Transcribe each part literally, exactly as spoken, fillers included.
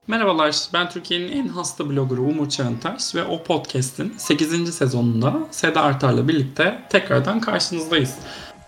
Merhabalar, ben Türkiye'nin en hasta bloggerı Umut Çağıntaş ve o podcast'in sekizinci sezonunda Seda Artar'la birlikte tekrardan karşınızdayız.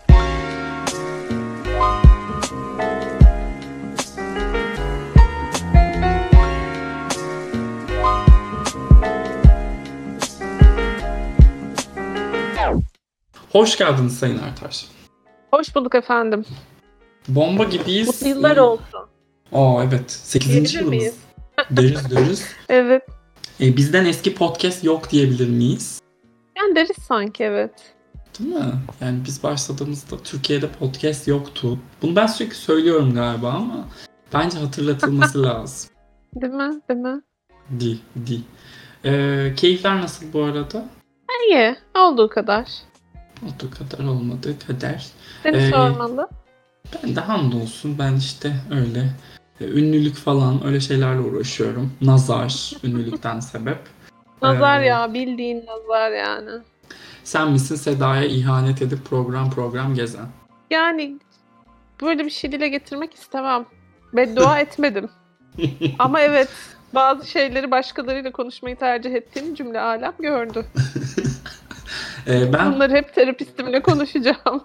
Hoş geldiniz Sayın Artar. Hoş bulduk efendim. Bomba gibiyiz. Mutlu yıllar olsun. Aa evet, sekizinci yılımız. Deriz deriz. Evet. E, bizden eski podcast yok diyebilir miyiz? Yani deriz sanki, evet. Değil mi? Yani biz başladığımızda Türkiye'de podcast yoktu. Bunu ben sürekli söylüyorum galiba ama bence hatırlatılması lazım. Değil mi? Değil mi? Değil, değil. Ee, keyifler nasıl bu arada? İyi. Olduğu kadar. Olduğu kadar olmadığı kadar. Seni Ee, sormalı. Ben de hamdolsun. Ben işte öyle e, ünlülük falan öyle şeylerle uğraşıyorum. Nazar, ünlülükten sebep. Nazar Ee, ya. Bildiğin nazar yani. Sen misin Seda'ya ihanet edip program program gezen? Yani böyle bir şey dile getirmek istemem. Beddua etmedim. Ama evet, bazı şeyleri başkalarıyla konuşmayı tercih ettiğini cümle alem gördü. Ee, ben Bunları hep terapistimle konuşacağım.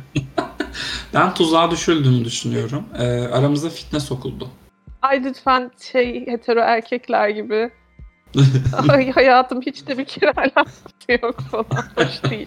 ben tuzağa düşüldüğünü düşünüyorum. Ee, aramıza fitne sokuldu. Ay lütfen şey hetero erkekler gibi. Ay hayatım hiç de bir kere alakası yok falan. Hoş değil.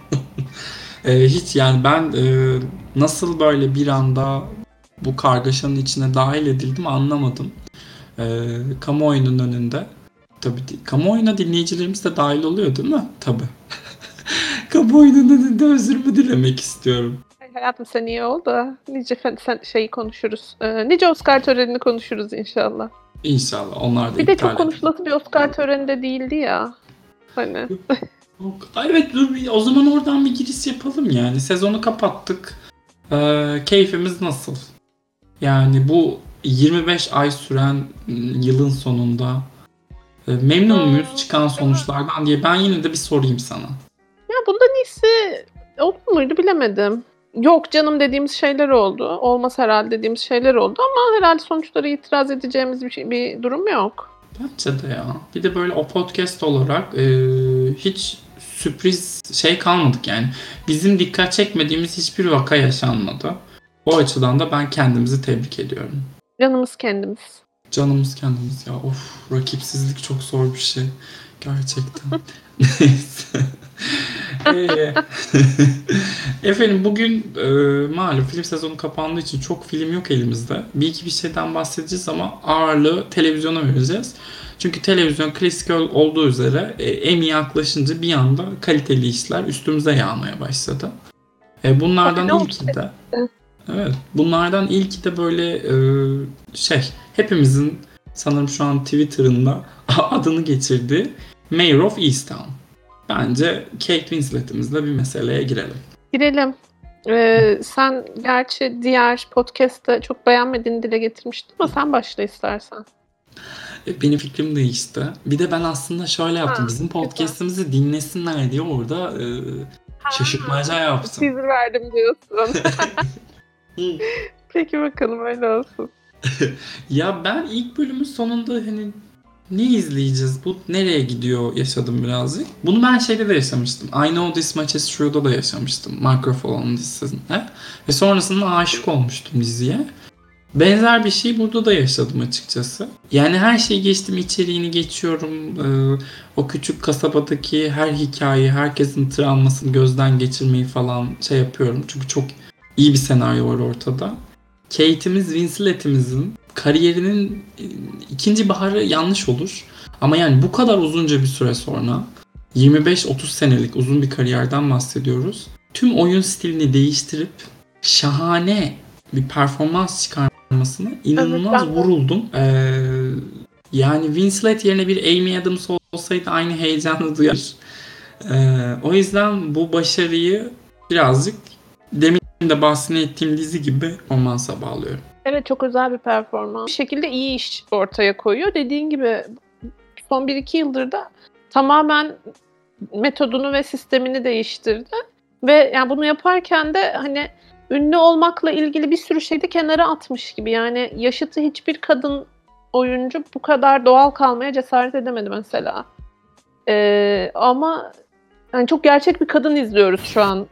Ee, hiç yani ben e, nasıl böyle bir anda bu kargaşanın içine dahil edildim anlamadım. Ee, kamuoyunun önünde. Tabii di- kamuoyuna dinleyicilerimiz de dahil oluyor değil mi? Tabii. Kamuoyunun önünde özürümü dilemek istiyorum. Ay, hayatım sen iyi ol da nice fen- sen şeyi konuşuruz. Ee, nice Oscar törenini konuşuruz inşallah. İnşallah onlar da Bir de iptal çok eder. konuşulası bir Oscar töreni de değildi ya. Hani. Yok. Ay, evet dur bir- o zaman oradan bir giriş yapalım yani. Sezonu kapattık. Ee, keyfimiz nasıl? Yani bu yirmi beş ay süren ım, yılın sonunda e, memnun muyuz çıkan sonuçlardan diye ben yine de bir sorayım sana. Ya bundan iyisi olur muydu bilemedim. Yok canım dediğimiz şeyler oldu. Olmaz herhalde dediğimiz şeyler oldu ama herhalde sonuçlara itiraz edeceğimiz bir, şey, bir durum yok. Bence de ya. Bir de böyle o podcast olarak e, hiç sürpriz şey kalmadık yani. Bizim dikkat çekmediğimiz hiçbir vaka yaşanmadı. O açıdan da ben kendimizi tebrik ediyorum. Canımız kendimiz. Canımız kendimiz ya. Of, rakipsizlik çok zor bir şey. Gerçekten. Neyse. Ee, Efendim bugün e, malum film sezonu kapandığı için çok film yok elimizde. Bir iki bir şeyden bahsedeceğiz ama ağırlığı televizyona vereceğiz. Çünkü televizyon klasik ol- olduğu üzere e, Emmy yaklaşınca bir anda kaliteli işler üstümüze yağmaya başladı. E, bunlardan Öyle oldu. ilki de evet, bunlardan ilki de böyle e, şey hepimizin sanırım şu an Twitter'ında adını geçirdiği Mayor of Easttown. Bence Kate Winslet'imizle bir meseleye girelim. Girelim. Ee, sen gerçi diğer podcast'ta çok beğenmediğini dile getirmiştin ama sen başla istersen. E, Benim fikrim değişti. Bir de ben aslında şöyle yaptım. Ha, Bizim güzel. podcast'imizi dinlesinler diye orada e, şaşırtmaca yaptım. Teaser verdim diyorsun. Peki bakalım öyle olsun. Ya ben ilk bölümün sonunda hani ne izleyeceğiz? Bu nereye gidiyor yaşadım birazcık. Bunu ben şeyde de yaşamıştım. I Know This Much Is True'da da yaşamıştım. Mark Ruffalo'nun dizisinde. Ve sonrasında aşık olmuştum diziye. Benzer bir şey burada da yaşadım açıkçası. Yani her şeyi geçtim, içeriğini geçiyorum. Ee, o küçük kasabadaki her hikayeyi, herkesin travmasını gözden geçirmeyi falan şey yapıyorum. Çünkü çok iyi bir senaryo var ortada. Kate'imiz, Winslet'imizin kariyerinin e, ikinci baharı yanlış olur. Ama yani bu kadar uzunca bir süre sonra yirmi beş otuz senelik uzun bir kariyerden bahsediyoruz. Tüm oyun stilini değiştirip şahane bir performans çıkarmasına inanılmaz Evet, ben de. vuruldum. Ee, yani Winslet yerine bir Amy Adams olsaydı aynı heyecanı duyar. Ee, o yüzden bu başarıyı birazcık demin de bahsini ettiğim dizi gibi performansa bağlıyorum. Evet çok özel bir performans. Bir şekilde iyi iş ortaya koyuyor. Dediğin gibi son bir iki yıldır da tamamen metodunu ve sistemini değiştirdi. Ve yani bunu yaparken de hani ünlü olmakla ilgili bir sürü şeyi de kenara atmış gibi. Yani yaşıtı hiçbir kadın oyuncu bu kadar doğal kalmaya cesaret edemedi mesela. Ee, ama yani çok gerçek bir kadın izliyoruz şu an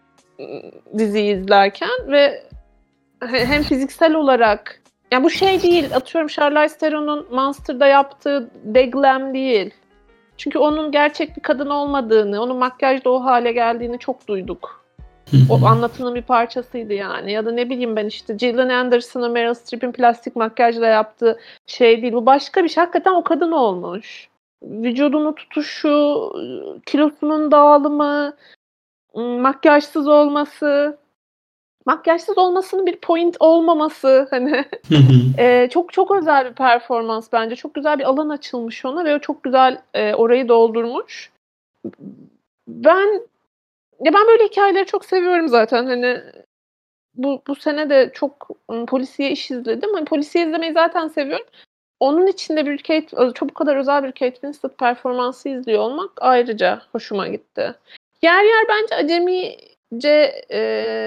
diziyi izlerken ve hem fiziksel olarak, yani bu şey değil, atıyorum Charlize Theron'un Monster'da yaptığı deglam değil. Çünkü onun gerçek bir kadın olmadığını, onun makyajda o hale geldiğini çok duyduk. O anlatının bir parçasıydı yani. Ya da ne bileyim ben işte Gillian Anderson'ın Meryl Streep'in plastik makyajla yaptığı şey değil. Bu başka bir şey. Hakikaten o kadın olmuş. Vücudunu tutuşu, kilosunun dağılımı, makyajsız olması, makyajsız olmasının bir point olmaması hani e, çok çok özel bir performans bence. Çok güzel bir alan açılmış ona ve o çok güzel e, orayı doldurmuş. Ben ya ben böyle hikayeleri çok seviyorum zaten. Hani bu bu sene de çok ım, polisiye iş izledim. Hani polisiye izlemeyi zaten seviyorum. Onun içinde bir Kate, çok bu kadar özel bir Kate Winslet performansı izliyor olmak ayrıca hoşuma gitti. Yer yer bence acemice e,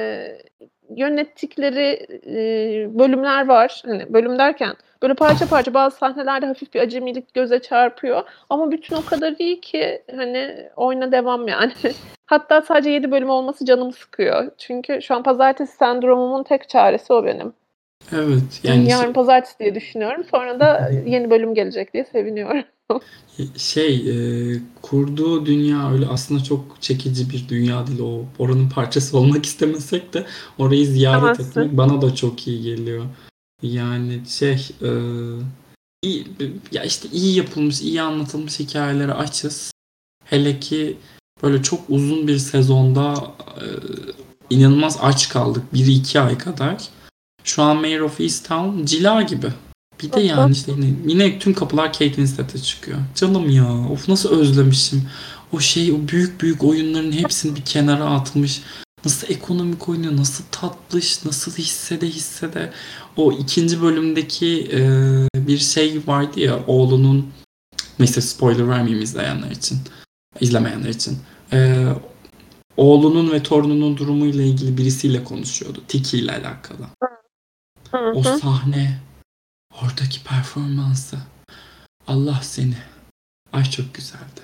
yönettikleri e, bölümler var. Hani bölüm derken böyle parça parça bazı sahnelerde hafif bir acemilik göze çarpıyor. Ama bütün o kadar iyi ki hani oyuna devam yani. Hatta sadece yedi bölüm olması canımı sıkıyor. Çünkü şu an pazartesi sendromumun tek çaresi o benim. Evet yani Yarın şey, pazartesi diye düşünüyorum. Sonra da yeni bölüm gelecek diye seviniyorum. şey e, kurduğu dünya öyle aslında çok çekici bir dünya değil. O oranın parçası olmak istemesek de orayı ziyaret Istemezsin. etmek bana da çok iyi geliyor. Yani şey e, iyi, ya işte iyi yapılmış, iyi anlatılmış hikayeleri açız. Hele ki böyle çok uzun bir sezonda e, inanılmaz aç kaldık. bir iki ay kadar. Şu an Mayor of Easttown cila gibi. Bir de yani işte yine, yine tüm kapılar Kate Winslet'e çıkıyor. Canım ya. Of nasıl özlemişim. O şey, o büyük büyük oyunların hepsini bir kenara atmış. Nasıl ekonomik oynuyor, nasıl tatlış, nasıl hissede hissede. O ikinci bölümdeki e, bir şey vardı ya, oğlunun, neyse spoiler vermeyeyim izleyenler için, izlemeyenler için. E, oğlunun ve torununun durumuyla ilgili birisiyle konuşuyordu. Tiki ile alakalı. Hı O hı. sahne, oradaki performansı. Allah seni. Ay çok güzeldi.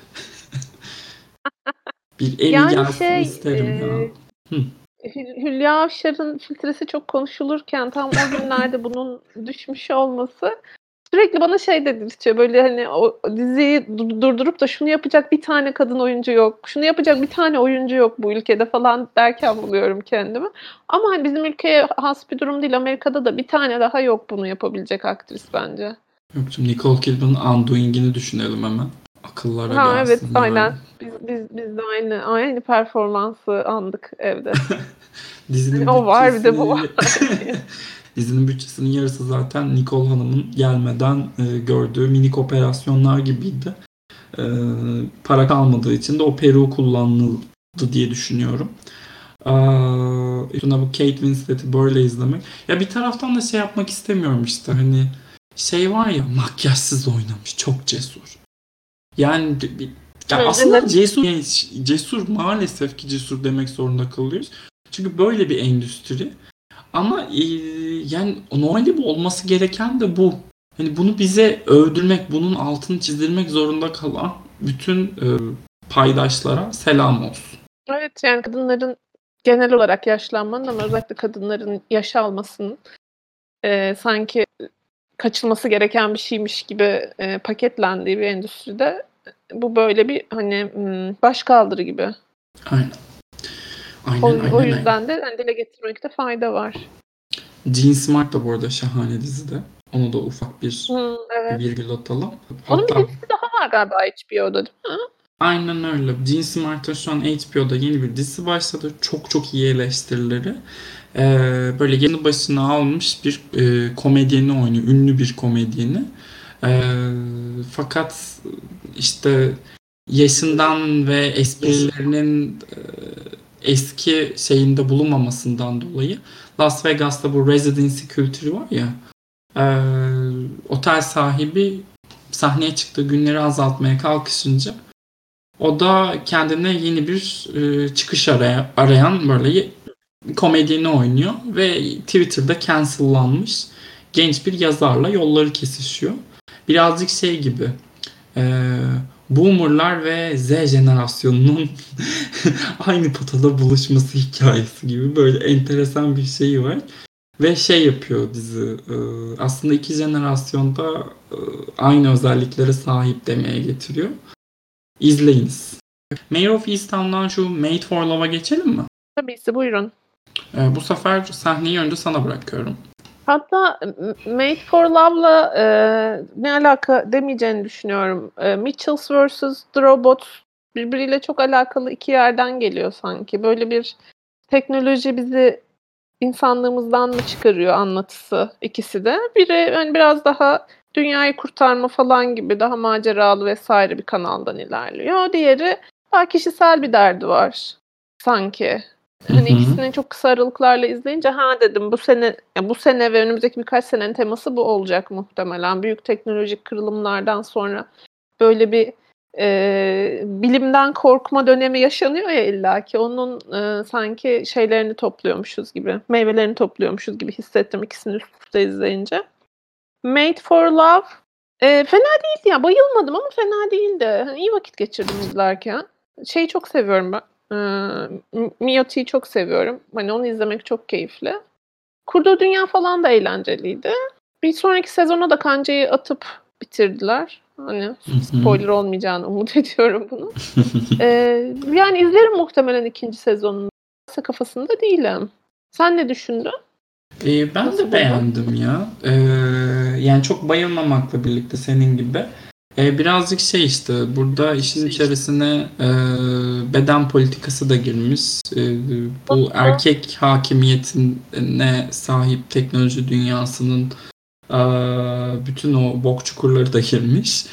Bir Emmy Yani gelsin şey, isterim ya. eee, Hı. Hül Hülya Avşar'ın filtresi çok konuşulurken tam o günlerde bunun düşmüş olması sürekli bana şey dedirtiyor, böyle, hani, o diziyi du durdurup da şunu yapacak bir tane kadın oyuncu yok, şunu yapacak bir tane oyuncu yok bu ülkede falan derken buluyorum kendimi. Ama, hani, bizim ülkeye has bir durum değil. Amerika'da da bir tane daha yok bunu yapabilecek aktris bence. Yok canım, Nicole Kidman'ın Undoing'ini düşünelim hemen. Akıllara Ha, evet, gelsin yani. aynen. Biz biz biz de aynı aynı performansı andık evde. Hani Dizinin o var, bir de bu bütçesinin var diye. dizinin bütçesinin yarısı zaten Nicole Hanım'ın gelmeden e, gördüğü minik operasyonlar gibiydi. E, para kalmadığı için de o peruğu kullanıldı diye düşünüyorum. Aa, üstüne bu Kate Winslet'i böyle izlemek. Ya bir taraftan da şey yapmak istemiyorum işte, hani şey var ya, makyajsız oynamış, çok cesur. Yani bi- bi- ya Hı, aslında evet. cesur, yani cesur, maalesef ki cesur demek zorunda kalıyoruz. Çünkü böyle bir endüstri. Ama e, yani normalde bu olması gereken de bu. Hani bunu bize övdürmek, bunun altını çizdirmek zorunda kalan bütün e, paydaşlara selam olsun. Evet, yani kadınların genel olarak yaşlanmanın ama özellikle kadınların yaş almasının, eee, sanki kaçılması gereken bir şeymiş gibi, eee, paketlendiği bir endüstride bu böyle bir, hani, ımm, başkaldırı gibi. Aynen. O Aynen o aynen aynen. yüzden de, hani, dile getirmekte fayda var. Jean Smart da bu arada şahane dizide. Onu da ufak bir Hımm, evet. virgül atalım. Onun bir Hatta dizisi daha var galiba H B O'da, değil mi? aynen öyle. Jean Smart'ın şu an H B O'da yeni bir dizisi başladı. Çok çok iyi eleştirileri. Ee, böyle yeni başına almış bir e, komedyeni oynuyor. Ünlü bir komedyeni. Ee, fakat işte yaşından ve esprilerinin e, eski şeyinde bulunmamasından dolayı Las Vegas'ta bu residency kültürü var ya, e, otel sahibi sahneye çıktığı günleri azaltmaya kalkışınca o da kendine yeni bir e, çıkış araya, arayan böyle komedyeni oynuyor ve Twitter'da cancellanmış. genç bir yazarla yolları kesişiyor. Birazcık şey gibi. E, Boomerlar ve Z jenerasyonunun aynı potada buluşması hikayesi gibi böyle enteresan bir şey var. Ve şey yapıyor dizi. e, Aslında iki jenerasyonda e, aynı özelliklere sahip demeye getiriyor. İzleyiniz. Mayor of Easttown'dan şu Made for Love'a geçelim mi? Tabii ki buyurun. E, bu sefer sahneyi önce sana bırakıyorum. Hatta Made for Love'la e, ne alaka demeyeceğini düşünüyorum. E, Mitchells versus. The Robots birbiriyle çok alakalı iki yerden geliyor sanki. Böyle bir teknoloji bizi insanlığımızdan mı çıkarıyor anlatısı ikisi de. Biri hani biraz daha dünyayı kurtarma falan gibi daha maceralı vesaire bir kanaldan ilerliyor. Diğeri daha kişisel bir derdi var sanki. Hani ikisini çok kısa aralıklarla izleyince ha dedim bu sene ya bu sene ve önümüzdeki birkaç senenin teması bu olacak muhtemelen. Büyük teknolojik kırılımlardan sonra böyle bir e, bilimden korkma dönemi yaşanıyor ya illaki. Onun e, sanki şeylerini topluyormuşuz gibi, meyvelerini topluyormuşuz gibi hissettim ikisini üst üste izleyince. Made for Love e, fena değildi ya. Bayılmadım ama fena değildi. Hani iyi vakit geçirdim izlerken. Şeyi çok seviyorum ben. E, Miyoti'yi çok seviyorum. Hani onu izlemek çok keyifli. Kurduğu Dünya falan da eğlenceliydi. Bir sonraki sezona da kancayı atıp bitirdiler. Hani spoiler olmayacağını umut ediyorum bunun. Ee, yani izlerim muhtemelen ikinci sezonunu. Kafasında değilim. Sen ne düşündün? Ee, ben Nasıl de buldun? beğendim ya. Ee, yani çok bayılmamakla birlikte senin gibi. Ee, birazcık şey işte burada işin içerisine e, beden politikası da girmiş. Ee, bu erkek hakimiyetine sahip teknoloji dünyasının e, bütün o bok çukurları da girmiş.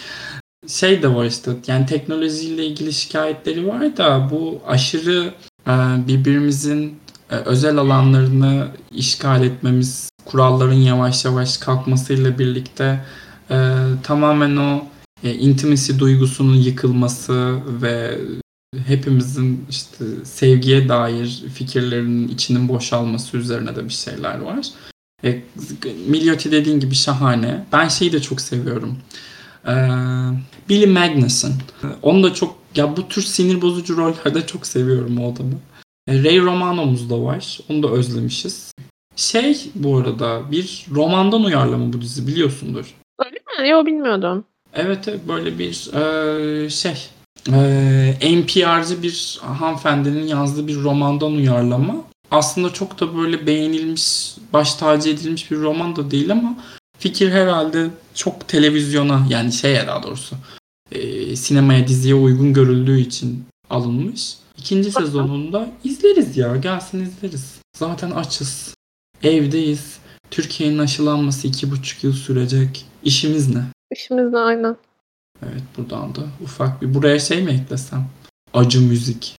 Şey de var işte yani teknolojiyle ilgili şikayetleri var da bu aşırı e, birbirimizin e, özel alanlarını işgal etmemiz, kuralların yavaş yavaş kalkmasıyla birlikte e, tamamen o e, intimacy duygusunun yıkılması ve hepimizin işte sevgiye dair fikirlerinin içinin boşalması üzerine de bir şeyler var. E, Milioti dediğin gibi şahane. Ben şeyi de çok seviyorum. Ee, Billy Magnussen. Onu da çok ya bu tür sinir bozucu rollerde çok seviyorum o adamı. E, Ray Romano'muz da var. Onu da özlemişiz. Şey bu arada bir romandan uyarlama bu dizi biliyorsundur. Öyle mi? Yok bilmiyordum. Evet evet, böyle bir e, şey e, N P R'cı bir hanımefendinin yazdığı bir romandan uyarlama. Aslında çok da böyle beğenilmiş, baş tacı edilmiş bir roman da değil ama fikir herhalde çok televizyona yani şeye daha doğrusu e, sinemaya diziye uygun görüldüğü için alınmış. İkinci sezonunda izleriz ya gelsin izleriz. Zaten açız. Evdeyiz. Türkiye'nin aşılanması iki buçuk yıl sürecek. İşimiz ne? İşimiz de aynen. Evet buradan da ufak bir buraya şey mi eklesem? Acı müzik.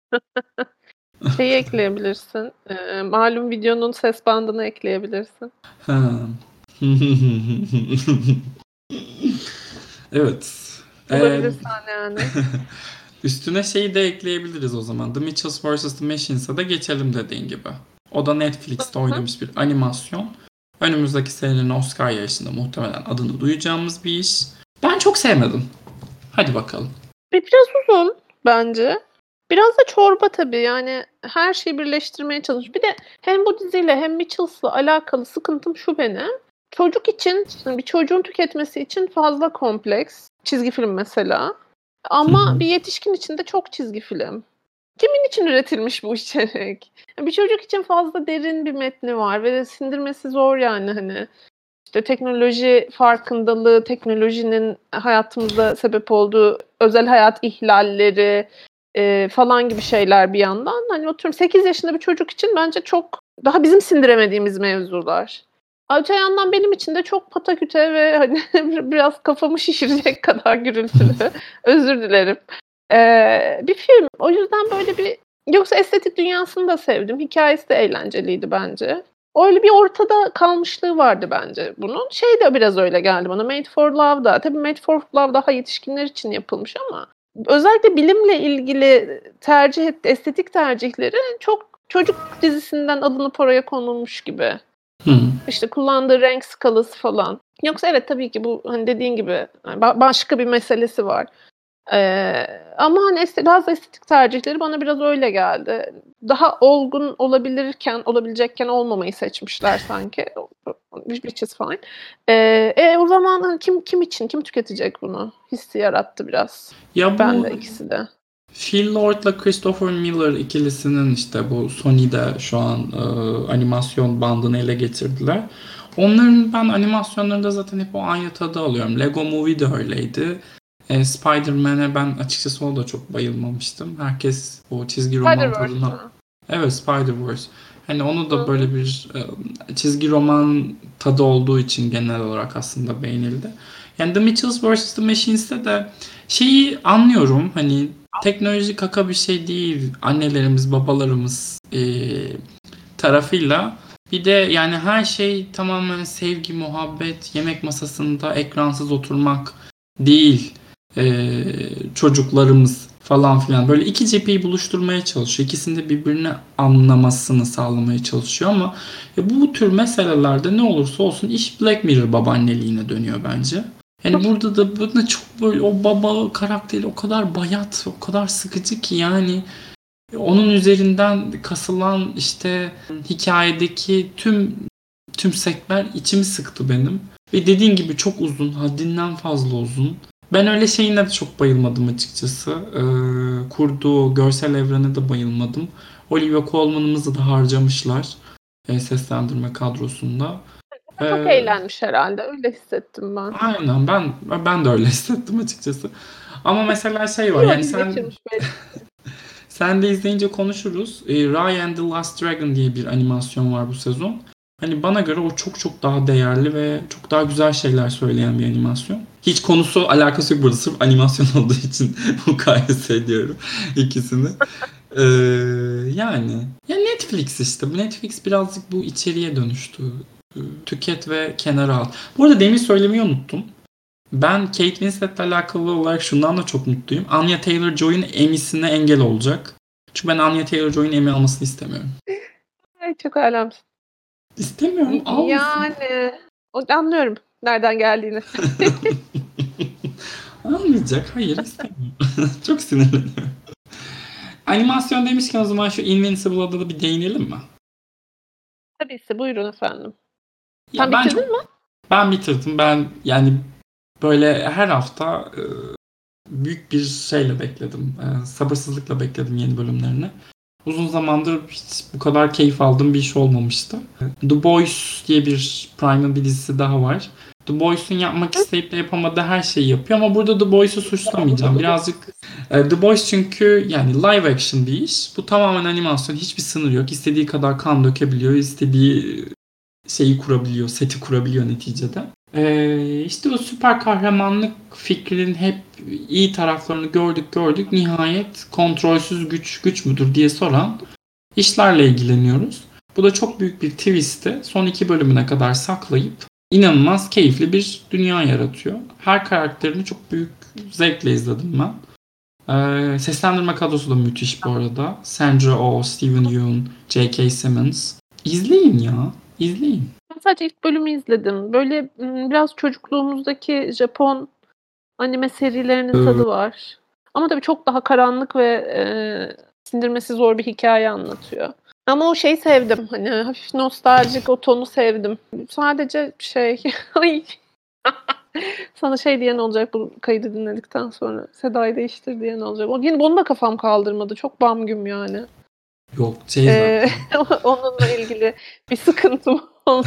Şeyi ekleyebilirsin. Ee, malum videonun ses bandını ekleyebilirsin. Ha. Evet. Ee, Bulabilirsen yani. üstüne şeyi de ekleyebiliriz o zaman. The Mitchells versus. The Machines'a da geçelim dediğin gibi. O da Netflix'te Hı. oynamış bir animasyon. Önümüzdeki senenin Oscar yarışında muhtemelen adını duyacağımız bir iş. Ben çok sevmedim. Hadi bakalım. Bir biraz uzun bence. Biraz da çorba tabii yani her şeyi birleştirmeye çalış. Bir de hem bu diziyle hem Mitchells'la alakalı sıkıntım şu benim. Çocuk için, bir çocuğun tüketmesi için fazla kompleks. Çizgi film mesela. Ama bir yetişkin için de çok çizgi film. Kimin için üretilmiş bu içerik? Bir çocuk için fazla derin bir metni var ve sindirmesi zor yani hani. İşte teknoloji farkındalığı, teknolojinin hayatımızda sebep olduğu özel hayat ihlalleri e, falan gibi şeyler bir yandan. Hani oturuyorum sekiz yaşında bir çocuk için bence çok daha bizim sindiremediğimiz mevzular. Öte yandan benim için de çok pataküte ve hani biraz kafamı şişirecek kadar gürültülü. Özür dilerim. Ee, bir film. O yüzden böyle bir yoksa estetik dünyasını da sevdim. Hikayesi de eğlenceliydi bence. Öyle bir ortada kalmışlığı vardı bence bunun. Şey de biraz öyle geldi bana. Made for Love da. Tabii Made for Love daha yetişkinler için yapılmış ama özellikle bilimle ilgili tercih et, estetik tercihleri çok çocuk dizisinden alınıp oraya konulmuş gibi. Hı. İşte kullandığı renk skalası falan. Yoksa evet tabii ki bu hani dediğin gibi ba- başka bir meselesi var. Ee, ama hani este- bazı estetik tercihleri bana biraz öyle geldi. Daha olgun olabilirken, olabilecekken olmamayı seçmişler sanki. Which is fine. Ee, e, o zaman hani kim kim için, kim tüketecek bunu? Hissi yarattı biraz. Ya Ben de bu ikisi de. Phil Lord'la Christopher Miller ikilisinin işte bu Sony'de şu an e, animasyon bandını ele getirdiler. Onların ben animasyonlarında zaten hep o aynı tadı alıyorum. Lego Movie de öyleydi. E, Spider-Man'e ben açıkçası o da çok bayılmamıştım. Herkes o çizgi roman Spider-Verse tadına. mi? Evet, Spider-Verse. Hani onu Hı da hı. böyle bir e, çizgi roman tadı olduğu için genel olarak aslında beğenildi. Yani The Mitchells vs. The Machines'te de şeyi anlıyorum. Hani teknoloji kaka bir şey değil. Annelerimiz, babalarımız e, tarafıyla. Bir de yani her şey tamamen sevgi, muhabbet, yemek masasında ekransız oturmak değil. E, çocuklarımız falan filan. Böyle iki cepheyi buluşturmaya çalışıyor. İkisini de birbirini anlamasını sağlamaya çalışıyor ama e, bu tür meselelerde ne olursa olsun iş Black Mirror babaanneliğine dönüyor bence. Yani burada da bana çok böyle o baba karakteri o kadar bayat, o kadar sıkıcı ki yani onun üzerinden kasılan işte hikayedeki tüm tümsekler içimi sıktı benim. Ve dediğin gibi çok uzun, haddinden fazla uzun. Ben öyle şeyine de çok bayılmadım açıkçası. Ee, kurduğu görsel evrene de bayılmadım. Olivia Colman'ımızı da harcamışlar e, seslendirme kadrosunda. Çok Ee, eğlenmiş herhalde. Öyle hissettim ben. aynen ben ben de öyle hissettim açıkçası. Ama mesela şey var İyi yani vakit sen geçirmiş belli. sen de izleyince konuşuruz. E, Raya and the Last Dragon diye bir animasyon var bu sezon. Hani bana göre o çok çok daha değerli ve çok daha güzel şeyler söyleyen bir animasyon. Hiç konusu alakası yok burada. Sırf animasyon olduğu için mukayese ediyorum ikisini. Ee, yani ya Netflix işte. Bu Netflix birazcık bu içeriye dönüştü. Ee, Tüket ve kenara al. Bu arada demin söylemeyi unuttum. Ben Kate Winslet'le alakalı olarak şundan da çok mutluyum. Anya Taylor-Joy'un Emmy'sine engel olacak. Çünkü ben Anya Taylor-Joy'un Emmy almasını istemiyorum. Ay, çok alemsin. İstemiyorum, Y- almasın. Yani o- anlıyorum nereden geldiğini. Almayacak, hayır istemiyorum. Çok sinirleniyorum. Animasyon demişken o zaman şu Invincible'a da bir değinelim mi? Tabii ki buyurun efendim. Sen Ya ben çok bitirdin mi? ben bitirdim. Ben yani böyle her hafta e, büyük bir şeyle bekledim. E, sabırsızlıkla bekledim yeni bölümlerini. Uzun zamandır hiç bu kadar keyif aldığım bir iş olmamıştı. The Boys diye bir Prime'ın bir dizisi daha var. The Boys'un yapmak isteyip de yapamadığı her şeyi yapıyor ama burada The Boys'u suçlamayacağım. Birazcık e, The Boys çünkü yani live action bir iş. Bu tamamen animasyon. Hiçbir sınır yok. İstediği kadar kan dökebiliyor. İstediği şeyi kurabiliyor. Seti kurabiliyor neticede. Ee, işte o süper kahramanlık fikrinin hep iyi taraflarını gördük gördük. Nihayet kontrolsüz güç güç müdür diye soran işlerle ilgileniyoruz. Bu da çok büyük bir twist'i son iki bölümüne kadar saklayıp inanılmaz keyifli bir dünya yaratıyor. Her karakterini çok büyük zevkle izledim ben. Ee, seslendirme kadrosu da müthiş bu arada. Sandra Oh, Steven Yeun, J K. Simmons. İzleyin ya. İzleyin. Ben sadece ilk bölümü izledim. Böyle m, biraz çocukluğumuzdaki Japon anime serilerinin Ee, tadı var. Ama tabii çok daha karanlık ve e, sindirmesi zor bir hikaye anlatıyor. Ama o şeyi sevdim. Hani hafif nostaljik o tonu sevdim. Sadece şey ay sana şey diyen olacak bu kaydı dinledikten sonra. Seda'yı değiştir diyen olacak. O yine onu da kafam kaldırmadı. Çok bam güm yani. Yok şey Ee, zaten. onunla ilgili bir sıkıntım oldu.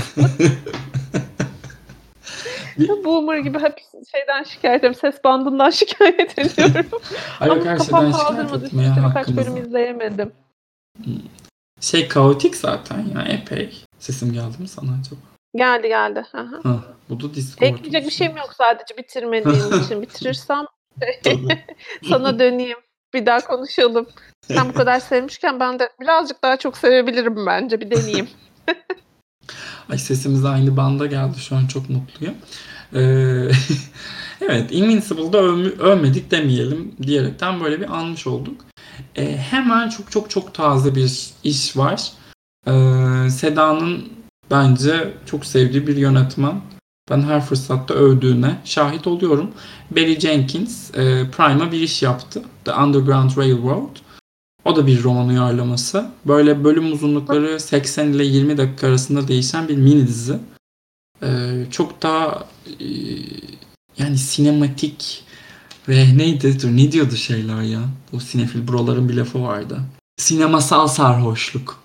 Bir- Boomer gibi hep şeyden şikayet ediyorum. Ses bandından şikayet ediyorum. Ay yok Ama her kafam şeyden şikayet kaldırmadı. Üst etmeye üste birkaç hakkımız bölüm var. izleyemedim. Şey kaotik zaten ya epey. Sesim geldi mi sana acaba? Geldi geldi. Hı hı. Hah, bu da Discord'un Ekleyecek bir şey. şeyim yok sadece bitirmediğim için. Bitirirsem Tabii. sana döneyim. Bir daha konuşalım. Sen bu kadar sevmişken ben de birazcık daha çok sevebilirim bence. Bir deneyeyim. Ay sesimiz aynı banda geldi şu an çok mutluyum. Ee, evet Invincible'da övmü- övmedik demeyelim diyerekten böyle bir anmış olduk. Ee, hemen çok çok çok taze bir iş var. Ee, Seda'nın Bence çok sevdiği bir yönetmen. Ben her fırsatta övdüğüne şahit oluyorum. Barry Jenkins e, Prime'a bir iş yaptı. The Underground Railroad. O da bir roman uyarlaması. Böyle bölüm uzunlukları seksen ile yirmi dakika arasında değişen bir mini dizi. E, çok daha e, yani sinematik ve neydi? Dur, ne diyordu şeyler ya? O sinefil broların bir lafı vardı. Sinemasal sarhoşluk.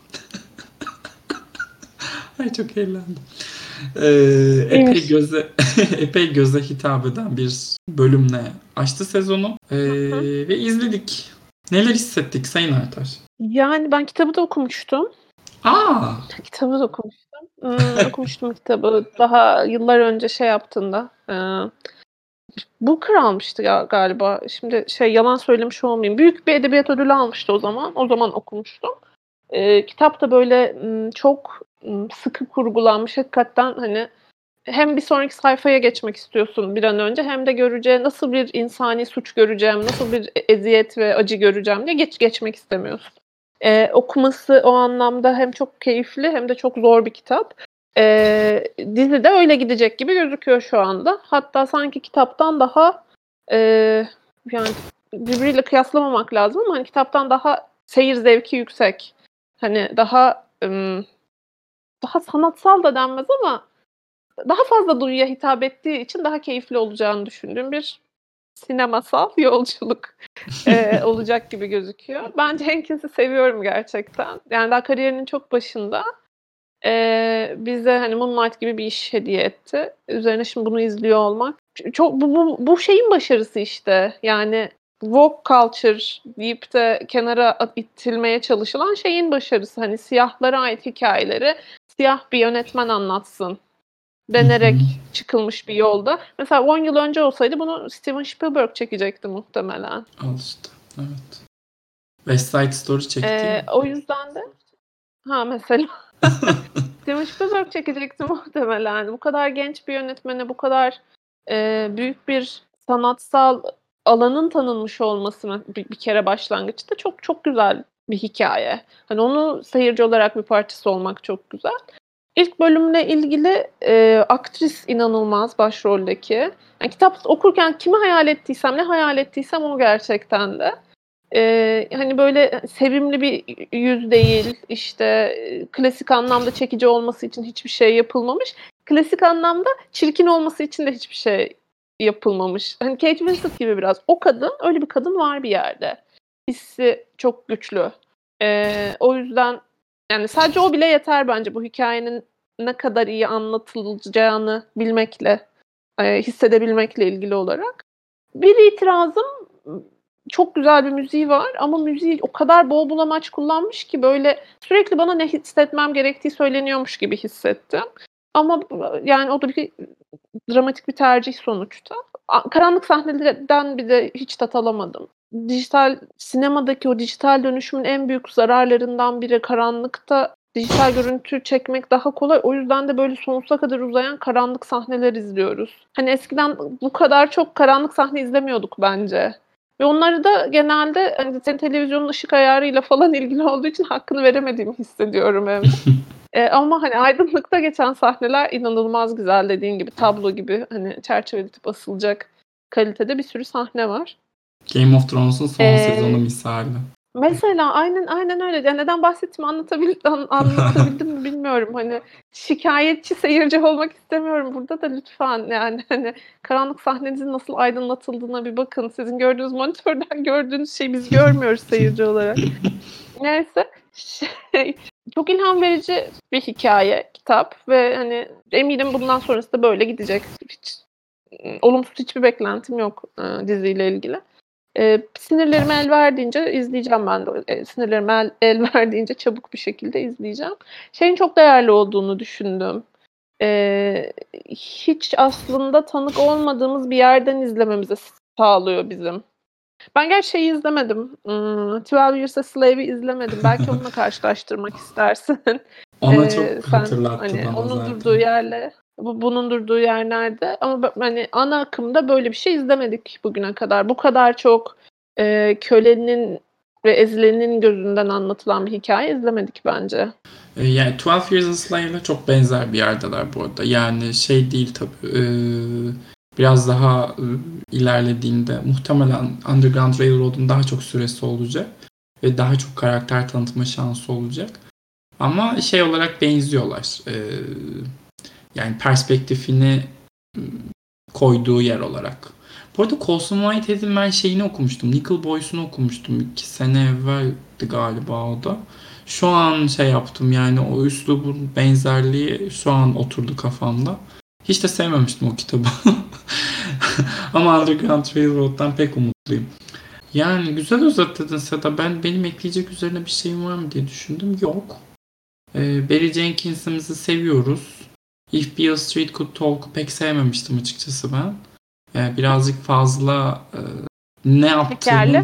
Ay çok eğlendim. Ee, epey İyiymiş. göze epey göze hitap eden bir bölümle açtı sezonu. Ee, Hı. ve izledik. Neler hissettik Sayın Artaş? Yani ben kitabı da okumuştum. Aa! Kitabı da okumuştum. Imm, okumuştum kitabı. Daha yıllar önce şey yaptığında, eee, Booker almıştı ya galiba. Şimdi şey yalan söylemiş olmayayım. Büyük bir edebiyat ödülü almıştı o zaman. O zaman okumuştum. Eee, kitap da böyle, ımm, çok, ımm, sıkı kurgulanmış. Hakikaten, hani, hem bir sonraki sayfaya geçmek istiyorsun bir an önce hem de göreceğin nasıl bir insani suç göreceğim, nasıl bir e eziyet ve acı göreceğim diye geç geçmek istemiyorsun. Eee, okuması o anlamda hem çok keyifli hem de çok zor bir kitap. Eee, dizi de öyle gidecek gibi gözüküyor şu anda. Hatta sanki kitaptan daha, eee, yani birbiriyle kıyaslamamak lazım ama, hani, kitaptan daha seyir zevki yüksek. Hani, daha, ımm, daha sanatsal da denmez ama daha fazla duyuya hitap ettiği için daha keyifli olacağını düşündüğüm bir sinemasal yolculuk, eee, olacak gibi gözüküyor. Ben Jenkins'i seviyorum gerçekten. Yani daha kariyerinin çok başında. Eee, bize, hani, Moonlight gibi bir iş hediye etti. Üzerine şimdi bunu izliyor olmak ç çok bu bu bu şeyin başarısı işte, yani woke culture deyip de kenara at itilmeye çalışılan şeyin başarısı. Hani, siyahlara ait hikâyeleri siyah bir yönetmen anlatsın Hı hı. denerek çıkılmış bir yolda. Mesela on yıl önce olsaydı bunu Steven Spielberg çekecekti muhtemelen. Al işte. Evet. West Side Story çekti ya. Eee, o yüzden de Ha, mesela Steven Spielberg çekecekti muhtemelen. Bu kadar genç bir yönetmene bu kadar, eee, büyük bir sanatsal alanın tanınmış olması bir bir kere başlangıçta çok çok güzel bir hikâye. Hani, onu seyirci olarak bir parçası olmak çok güzel. İlk bölümle ilgili, eee, aktris inanılmaz başroldeki. Yani kitap okurken kimi hayal ettiysem, ne hayal ettiysem o gerçekten de. Eee, hani, böyle, sevimli bir y yüz değil, işte, eee, klasik anlamda çekici olması için hiçbir şey yapılmamış. Klasik anlamda çirkin olması için de hiçbir şey yapılmamış. Hani, Kate Winslet gibi biraz. O kadın, öyle bir kadın var bir yerde. Hissi çok güçlü. Eee, o yüzden, yani, sadece o bile yeter bence bu hikâyenin ne kadar iyi anlatılacağını bilmekle, eee, hissedebilmekle ilgili olarak. Bir itirazım, ımm, çok güzel bir müziği var ama müziği o kadar bol bulamaç kullanmış ki, böyle, sürekli bana ne hissetmem gerektiği söyleniyormuş gibi hissettim. Ama b yani o da bir dramatik bir tercih sonuçta. A karanlık sahnelerden bir de hiç tat alamadım. Dijital sinemadaki o dijital dönüşümün en büyük zararlarından biri karanlıkta dijital görüntü çekmek daha kolay. O yüzden de böyle sonsuza kadar uzayan karanlık sahneler izliyoruz. Hani eskiden bu kadar çok karanlık sahne izlemiyorduk bence ve onları da genelde, hani, senin televizyonun ışık ayarıyla falan ilgili olduğu için hakkını veremediğimi hissediyorum evde. Eee, ama, hani, aydınlıkta geçen sahneler inanılmaz güzel. Dediğin gibi tablo gibi, hani, çerçeveletip asılacak kalitede bir sürü sahne var. Game of Thrones'un son sezonu Eee, misali. mesela aynen, aynen öyle. Ya, neden bahsettiğimi anlatabil an anlatabildim mi bilmiyorum. Hani, şikâyetçi seyirci olmak istemiyorum burada da lütfen, yani, hani, karanlık sahnenizin nasıl aydınlatıldığına bir bakın. Sizin gördüğünüz monitörden gördüğünüz şeyi biz görmüyoruz seyirci olarak. Neyse, şey, çok ilham verici bir hikâye, kitap ve, hani, eminim bundan sonrası da böyle gidecek. Hiç, ımm, olumsuz hiçbir beklentim yok, eee, diziyle ilgili. Eee, sinirlerim el verdiğince izleyeceğim ben de. Eee, sinirlerim el el verdiğince çabuk bir şekilde izleyeceğim. Şeyin çok değerli olduğunu düşündüm. Eee, hiç aslında tanık olmadığımız bir yerden izlememizi sağlıyor bizim. Ben gerçi şeyi izlemedim, ımm, Twelve Years a Slave'i izlemedim. Belki onunla karşılaştırmak istersin. Ona Eee, çok sen, hatırlattı hani, bana onun zaten. durduğu yerle bu bunun durduğu yer nerede? Ama b hani, ana akımda böyle bir şey izlemedik bugüne kadar. Bu kadar çok, eee, kölenin ve ezilenin gözünden anlatılan bir hikâye izlemedik bence. E, yani twelve Years a Slave'le çok benzer bir yerdeler bu arada. Yani şey değil tabii. e, biraz daha e, ilerlediğinde muhtemelen Underground Railroad'un daha çok süresi olacak. Ve daha çok karakter tanıtma şansı olacak. Ama şey olarak benziyorlar. E, yani perspektifini e, koyduğu yer olarak. Bu arada Colson Whitehead'in ben şeyini okumuştum. Nickel Boys'unu okumuştum. iki sene evveldi galiba o da. Şu an şey yaptım yani o üslubun benzerliği şu an oturdu kafamda. Hiç de sevmemiştim o kitabı. Ama Underground Railroad'dan pek umutluyum. Yani güzel özetledin Seda. Ben benim ekleyecek üzerine bir şeyim var mı diye düşündüm. Yok. Ee, Barry Jenkins'imizi seviyoruz. If Beale Street Could Talk'u pek sevmemiştim açıkçası ben. Ee, birazcık fazla e, ne Şekerli. yaptığının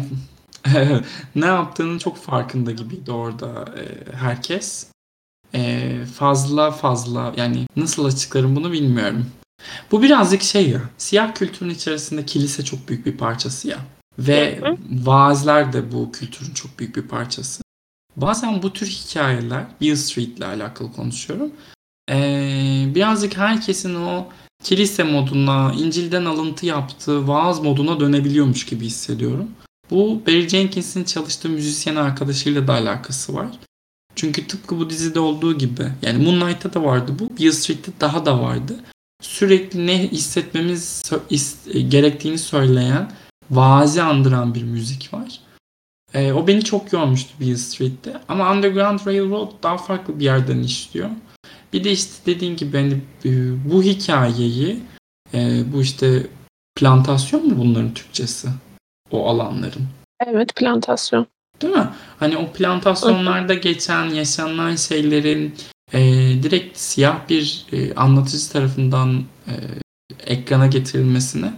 ne yaptığının çok farkında gibiydi orada e, herkes. E, fazla fazla yani nasıl açıklarım bunu bilmiyorum. Bu birazcık şey ya, siyah kültürün içerisinde kilise çok büyük bir parçası ya. Hı Ve hı. vaazlar da bu kültürün çok büyük bir parçası. Bazen bu tür hikayeler, Beale Street'le alakalı konuşuyorum. Ee, birazcık herkesin o kilise moduna, İncil'den alıntı yaptığı vaaz moduna dönebiliyormuş gibi hissediyorum. Bu Barry Jenkins'in çalıştığı müzisyen arkadaşıyla da alakası var. Çünkü tıpkı bu dizide olduğu gibi, yani Moonlight'ta da vardı bu, Beale Street'te daha da vardı. Sürekli ne hissetmemiz gerektiğini söyleyen, vaazi andıran bir müzik var. Ee, o beni çok yormuştu Beale Street'te. Ama Underground Railroad daha farklı bir yerden işliyor. Bir de işte dediğin gibi hani e, bu hikayeyi e, bu işte plantasyon mu bunların Türkçesi? O alanların. Evet, plantasyon. Değil mi? Hani o Hı hı. plantasyonlarda geçen, yaşanan şeylerin e, direkt siyah bir e, anlatıcı tarafından e, ekrana getirilmesine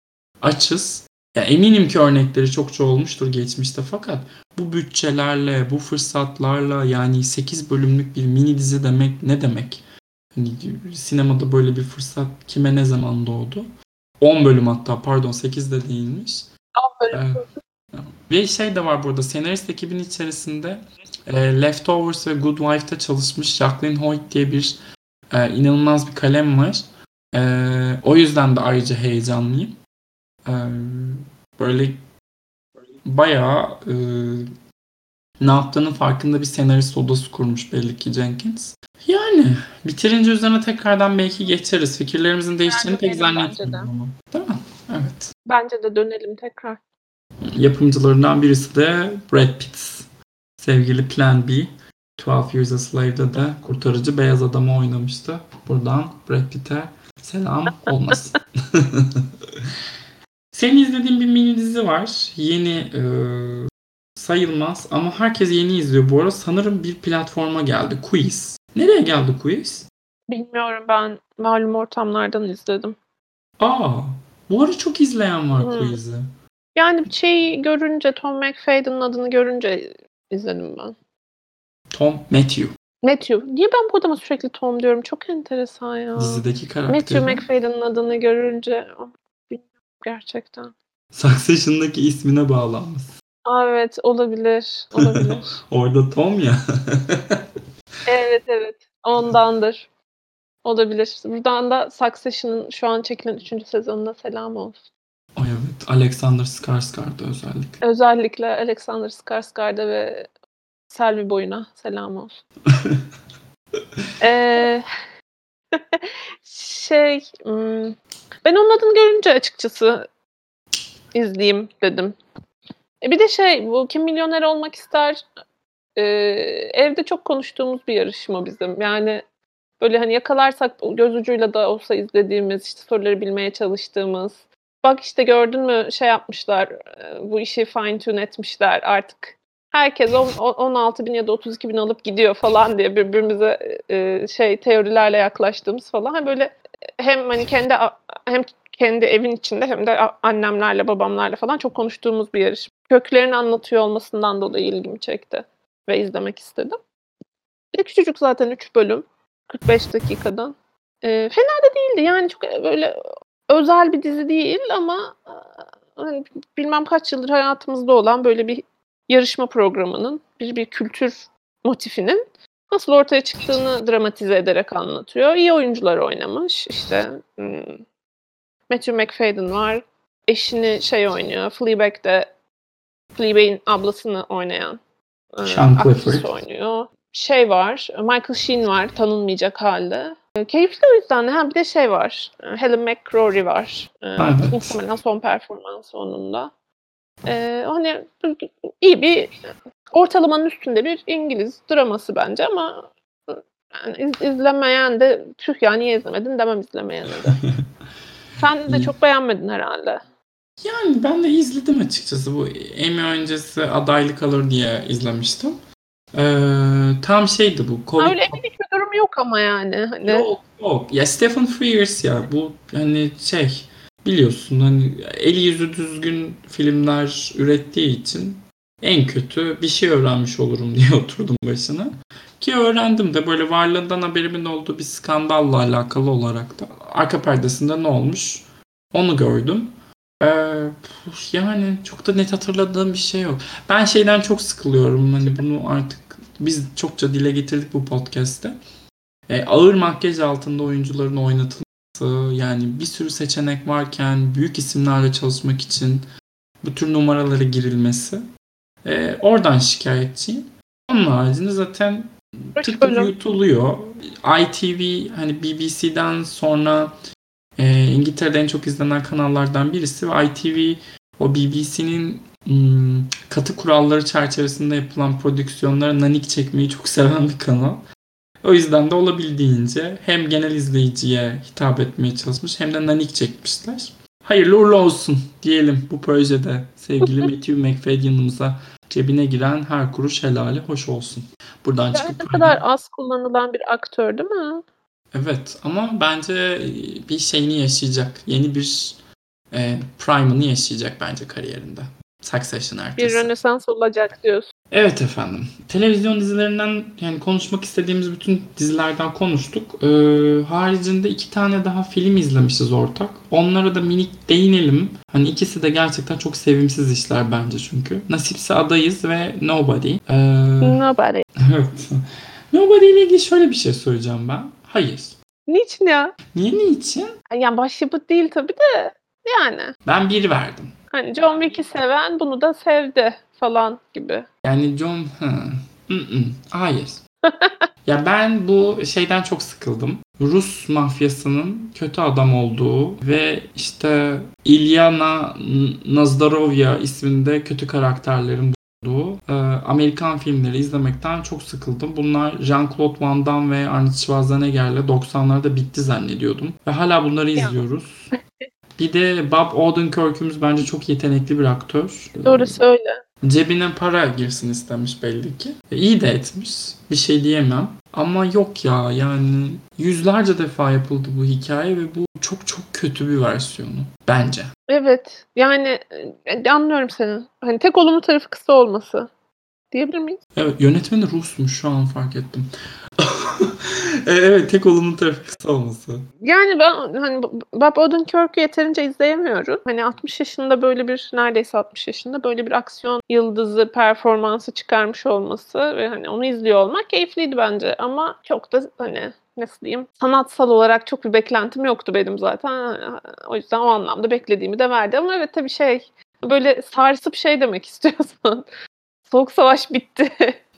açız. Ya eminim ki örnekleri çokça olmuştur geçmişte fakat bu bütçelerle, bu fırsatlarla yani sekiz bölümlük bir mini dizi demek ne demek? Hani sinemada böyle bir fırsat kime ne zaman doğdu? on bölüm hatta pardon sekiz de değilmiş. Ee, Aferin. ve şey de var burada senarist ekibin içerisinde e, Leftovers ve Good Wife'da çalışmış Jacqueline Hoyt diye bir e, inanılmaz bir kalem var. E, o yüzden de ayrıca heyecanlıyım. E, böyle bayağı e, ne yaptığının farkında bir senarist odası kurmuş belli ki Jenkins. Yani bitirince üzerine tekrardan belki geçeriz. Fikirlerimizin değişeceğini pek Dönelim bence de. zannetmiyorum ama. Değil mi? Evet. Bence de dönelim tekrar. Yapımcılarından birisi de Brad Pitt. Sevgili Plan B. twelve Years a Slave'de de kurtarıcı beyaz adamı oynamıştı. Buradan Brad Pitt'e selam olmasın. Senin izlediğin bir mini dizi var. Yeni e, sayılmaz ama herkes yeni izliyor bu arada. Sanırım bir platforma geldi. Quiz. Nereye geldi Quiz? Bilmiyorum, ben malum ortamlardan izledim. Aa, bu ara çok izleyen var Hımm. Quiz'i. Yani şeyi görünce, Tom McFadyen'ın adını görünce izledim ben. Tom Matthew. Matthew. Niye ben bu adama sürekli Tom diyorum? Çok enteresan ya. Dizideki Matthew karakteri. McFadyen'ın adını görünce oh, bilmiyorum gerçekten. Succession'daki ismine bağlanmış. A, evet, olabilir, olabilir. Orada Tom ya. Evet, evet. Ondandır. Olabilir. Buradan da Succession'ın şu an çekilen üçüncü sezonuna selam olsun. Ay evet. Alexander Skarsgård'da özellikle. Özellikle Alexander Skarsgård'a ve Selvi Boyun'a selam olsun. Eee, şey, ımm, ben onun adını görünce açıkçası izleyeyim dedim. E, bir de şey, bu Kim Milyoner Olmak İster, eee, evde çok konuştuğumuz bir yarışma bizim. Yani, böyle, hani, yakalarsak göz ucuyla da olsa izlediğimiz, işte, soruları bilmeye çalıştığımız, "Bak, işte, gördün mü, şey yapmışlar, eee, bu işi fine tune etmişler, artık herkes on o on altı bin ya da otuz iki bin alıp gidiyor." falan diye birbirimize, eee, şey, teorilerle yaklaştığımız falan. Hani, böyle, hem, hani, kendi a hem kendi evin içinde hem de a annemlerle, babamlarla falan çok konuştuğumuz bir yarışma. Köklerini anlatıyor olmasından dolayı ilgimi çekti ve izlemek istedim. Bir de küçücük zaten üç bölüm, kırk beş dakikadan. Eee, fena da değildi. Yani çok, eee, böyle özel bir dizi değil ama, aaa, hani, bilmem kaç yıldır hayatımızda olan böyle bir yarışma programının, bir bir kültür motifinin nasıl ortaya çıktığını dramatize ederek anlatıyor. İyi oyuncular oynamış. İşte hmm, Matthew McFadyen var. Eşini şey oynuyor. Fleabag'de Fleabag'in ablasını oynayan e, Sean aktris Clifford. oynuyor. Şey var. Michael Sheen var. Tanınmayacak halde. E, keyifli o yüzden. Ha, bir de şey var. e, Helen McCrory var. E, Evet. Muhtemelen son performansı onun da. E, hani iyi bir ortalamanın üstünde bir İngiliz draması bence ama yani iz, izlemeyen de tüh ya niye izlemedin demem izlemeyene de. Sen de çok beğenmedin herhalde. Yani ben de izledim açıkçası. Bu Emmy öncesi adaylık alır diye izlemiştim. Ee, tam şeydi bu. Ha, Covid öyle eminik bir durum yok ama yani. Hani. yok yok. Ya Stephen Frears ya bu hani şey biliyorsun hani eli yüzü düzgün filmler ürettiği için en kötü bir şey öğrenmiş olurum diye oturdum başına. Ki öğrendim de böyle varlığından haberimin olduğu bir skandalla alakalı olarak da arka perdesinde ne olmuş onu gördüm. Ee, yani çok da net hatırladığım bir şey yok. Ben şeyden çok sıkılıyorum. Hani bunu artık biz çokça dile getirdik bu podcast'te. Ee, ağır makyaj altında oyuncuların oynatılması, yani bir sürü seçenek varken büyük isimlerle çalışmak için bu tür numaralara girilmesi. Ee, oradan şikayetçiyim. Onun haricinde zaten tık tık Bölüm. yutuluyor. I T V hani B B C'den sonra e, İngiltere'de en çok izlenen kanallardan birisi ve I T V o B B C'nin hmm, katı kuralları çerçevesinde yapılan prodüksiyonlara nanik çekmeyi çok seven bir kanal. O yüzden de olabildiğince hem genel izleyiciye hitap etmeye çalışmış hem de nanik çekmişler. Hayırlı uğurlu olsun diyelim bu projede sevgili Matthew McFadyen'ımıza cebine giren her kuruş helali hoş olsun. Buradan Yani çıkıp ne kadar az kullanılan bir aktör değil mi? evet ama bence bir şeyini yaşayacak. Yeni bir e, prime'ını yaşayacak bence kariyerinde. Succession Bir ertesi. rönesans olacak diyorsun. Evet efendim. Televizyon dizilerinden yani konuşmak istediğimiz bütün dizilerden konuştuk. Ee, haricinde iki tane daha film izlemişiz ortak. Onlara da minik değinelim. Hani ikisi de gerçekten çok sevimsiz işler bence çünkü. Nasipse Adayız ve Nobody. Ee, Nobody. evet. Nobody ile ilgili şöyle bir şey söyleyeceğim ben. Hayır. Niçin ya? Niye niçin? Yani başyapıt değil tabii de yani. Ben bir verdim. Hani John Wick'i seven bunu da sevdi falan gibi. Yani John... Hı. Mm-mm. Hayır. Ya ben bu şeyden çok sıkıldım. Rus mafyasının kötü adam olduğu ve işte Ilyana Nazdarovya isminde kötü karakterlerin bulunduğu e, Amerikan filmleri izlemekten çok sıkıldım. Bunlar Jean-Claude Van Damme ve Arnold Schwarzenegger'le doksanlarda bitti zannediyordum. Ve hala bunları izliyoruz. Bir de Bob Odenkirk'ümüz bence çok yetenekli bir aktör. Doğru söyle. Cebine para girsin istemiş belli ki. E, iyi de etmiş. Bir şey diyemem. Ama yok ya yani yüzlerce defa yapıldı bu hikaye ve bu çok çok kötü bir versiyonu. Bence. Evet. Yani e, anlıyorum seni. Hani tek olumlu tarafı kısa olması. Diyebilir miyiz? Evet yönetmeni Rus'muş şu an fark ettim. E, evet tek olumlu tarafı kısa olması. Yani ben hani Bob Odenkirk'ü yeterince izleyemiyorum. Hani altmış yaşında böyle bir neredeyse altmış yaşında böyle bir aksiyon yıldızı performansı çıkarmış olması ve hani onu izliyor olmak keyifliydi bence ama çok da hani nasıl diyeyim sanatsal olarak çok bir beklentim yoktu benim zaten. O yüzden o anlamda beklediğimi de verdi ama evet tabii şey böyle sarsıp şey demek istiyorsan Soğuk Savaş bitti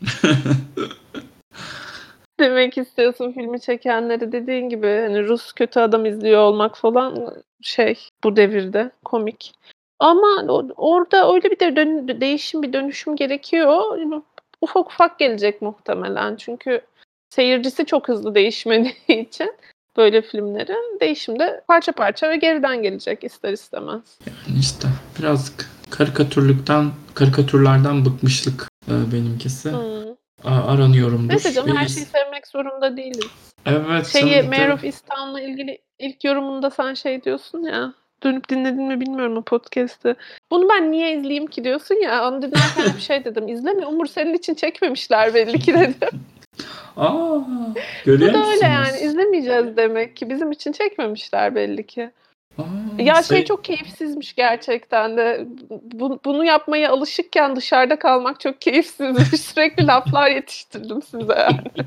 demek istiyorsun filmi çekenleri dediğin gibi hani Rus kötü adam izliyor olmak falan şey bu devirde komik. Ama o- orada öyle bir de dön- değişim bir dönüşüm gerekiyor. Ufak ufak gelecek muhtemelen çünkü seyircisi çok hızlı değişmediği için böyle filmlerin değişimde parça parça ve geriden gelecek ister istemez. Yani işte birazcık karikatürlükten, karikatürlerden bıkmışlık e, benimkisi. Hmm. A- aranıyorumdur. Neyse canım Ve her şeyi sevmek zorunda değiliz. evet Şeyi canım bir Mare de of Easttown'la ilgili ilk yorumunda sen şey diyorsun ya. Dönüp dinledin mi bilmiyorum o podcast'ı. Bunu ben niye izleyeyim ki diyorsun ya. Onu dinlerken hep şey dedim. İzleme Umur senin için çekmemişler belli ki dedim. aa görüyor Bu da öyle yani. musunuz? İzlemeyeceğiz demek ki. Bizim için çekmemişler belli ki. Aa, Ya şey şey çok keyifsizmiş gerçekten de. Bu- bunu yapmaya alışıkken dışarıda kalmak çok keyifsizmiş. Sürekli laflar yetiştirdim size yani.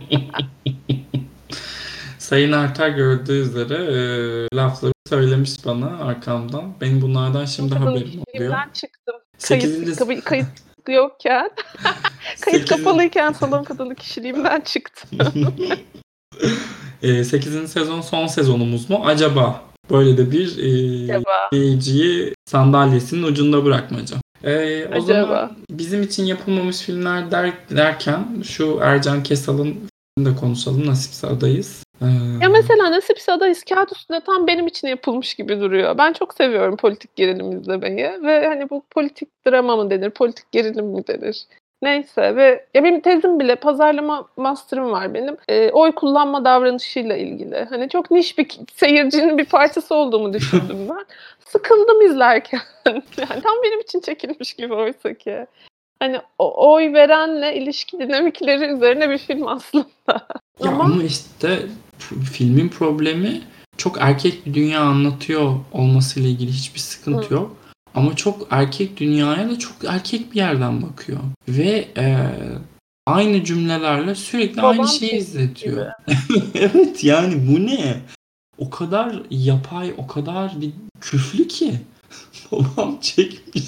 Sayın Arter gördüğü üzere e, lafları söylemiş bana arkamdan. Benim bunlardan Kadın şimdi kadın haberim oluyor. kişiliğimden çıktım. Kayıt, sekizinci kayıt, kayıt yokken, kayıt sekizinci kapalıyken salon kadını kişiliğimden çıktım. e, sekizinci sezon son sezonumuz mu? Acaba böyle de bir e, Acaba, izleyiciyi sandalyesinin ucunda bırakmaca. E, o zaman acaba. bizim için yapılmamış filmler der, derken şu Ercan Kesal'ın de konuşalım. Nasipse adayız. E, Ya mesela Nasipse Adayız kağıt üstünde tam benim için yapılmış gibi duruyor. Ben çok seviyorum politik gerilim izlemeyi ve hani bu politik drama mı denir, politik gerilim mi denir? Neyse ve ya benim tezim bile pazarlama master'ım var benim. Eee, oy kullanma davranışıyla ilgili. Hani çok niş bir seyircinin bir parçası olduğumu düşündüm ben. Sıkıldım izlerken. Yani tam benim için çekilmiş gibi oysa ki. Hani o oy verenle ilişki dinamikleri üzerine bir film aslında. Ya Ama ama işte f- filmin problemi çok erkek bir dünya anlatıyor olmasıyla ilgili hiçbir Hı, sıkıntı yok. Ama çok erkek dünyaya da çok erkek bir yerden bakıyor. Ve e, aynı cümlelerle sürekli aynı babam şeyi çekmiş gibi. izletiyor. Evet yani bu ne? O kadar yapay, o kadar bir küflü ki. Babam çekmiş.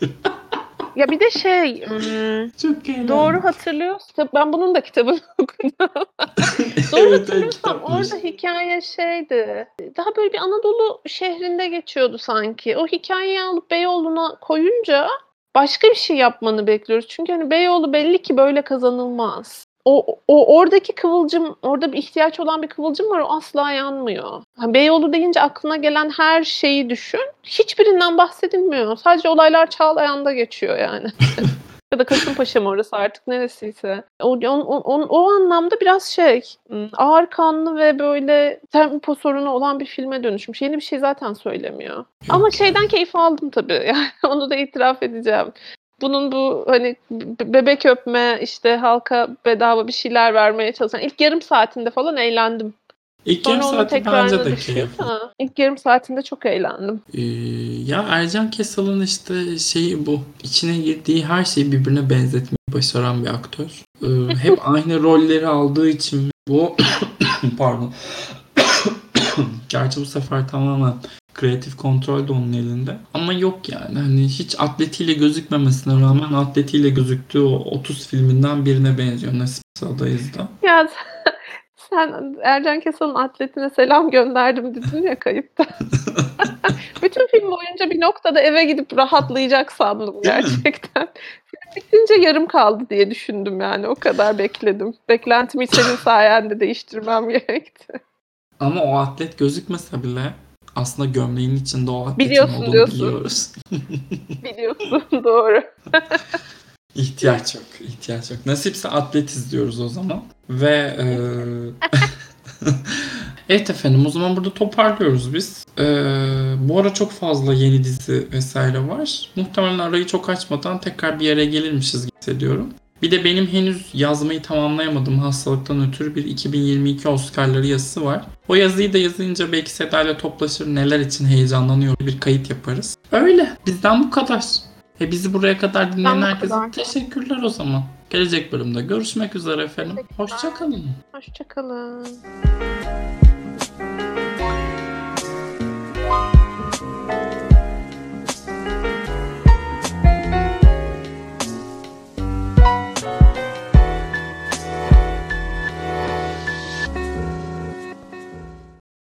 Ya bir de şey, ımm, Çok doğru eğlendim. hatırlıyorsam ben bunun da kitabını okudum. Doğru Evet, evet hatırlıyorsam kitapmış. orada hikâye şeydi, daha böyle bir Anadolu şehrinde geçiyordu sanki. O hikâyeyi alıp Beyoğlu'na koyunca başka bir şey yapmanı bekliyoruz. Çünkü, hani, Beyoğlu belli ki böyle kazanılmaz. O o oradaki kıvılcım, orada bir ihtiyaç olan bir kıvılcım var, o asla yanmıyor. Ha, Beyoğlu deyince aklına gelen her şeyi düşün, hiçbirinden bahsedilmiyor. Sadece olaylar Çağlayan'da geçiyor yani. Ya da Kasımpaşa mı orası artık neresiyse. O on on on o anlamda biraz şey, ımm, ağırkanlı ve böyle tempo sorunu olan bir filme dönüşmüş. Yeni bir şey zaten söylemiyor. Ama Yok şeyden yani. keyif aldım tabii, yani onu da itiraf edeceğim. Bunun bu, hani, be bebek öpme, işte, halka bedava bir şeyler vermeye çalışan ilk yarım saatinde falan eğlendim. İlk yarım Sonra onun saati bence tekrarına de düşüyor keyifli. da ilk yarım saatinde çok eğlendim. Ee, ya Ercan Kesal'ın işte şeyi bu. İçine girdiği her şeyi birbirine benzetmeyi başaran bir aktör. Ee, hep aynı rolleri aldığı için mi? Bu pardon. Gerçi bu sefer tamamen kreatif kontrol de onun elinde. Ama yok yani. Hani hiç atletiyle gözükmemesine rağmen atletiyle gözüktüğü o otuz filminden birine benziyor. Nasipse adayız da. Ya sen Ercan Kesal'ın atletine selam gönderdim dedin ya kayıtta. Bütün film boyunca bir noktada eve gidip rahatlayacak sandım Değil mi? gerçekten. Film bitince yarım kaldı diye düşündüm yani o kadar bekledim. Beklentimi senin sayende değiştirmem gerekti. Ama o atlet gözükmese bile aslında gömleğin içinde o atletin Biliyorsun olduğunu diyorsun. biliyoruz. Biliyorsun doğru. İhtiyaç yok, ihtiyaç yok. Nasipse atlet izliyoruz o zaman. Ve eee evet efendim o zaman burada toparlıyoruz biz. Eee, bu ara çok fazla yeni dizi vesaire var. Muhtemelen arayı çok açmadan tekrar bir yere gelirmişiz gibi hissediyorum. Bir de benim henüz yazmayı tamamlayamadığım hastalıktan ötürü bir iki bin yirmi iki Oscar'ları yazısı var. O yazıyı da yazınca belki Seda ile toplaşır neler için heyecanlanıyor bir kayıt yaparız. Öyle bizden bu kadar. E bizi buraya kadar dinleyen Ben bu herkese kadar. teşekkürler o zaman. Gelecek bölümde görüşmek üzere efendim. Teşekkürler. Hoşça kalın. Hoşça kalın.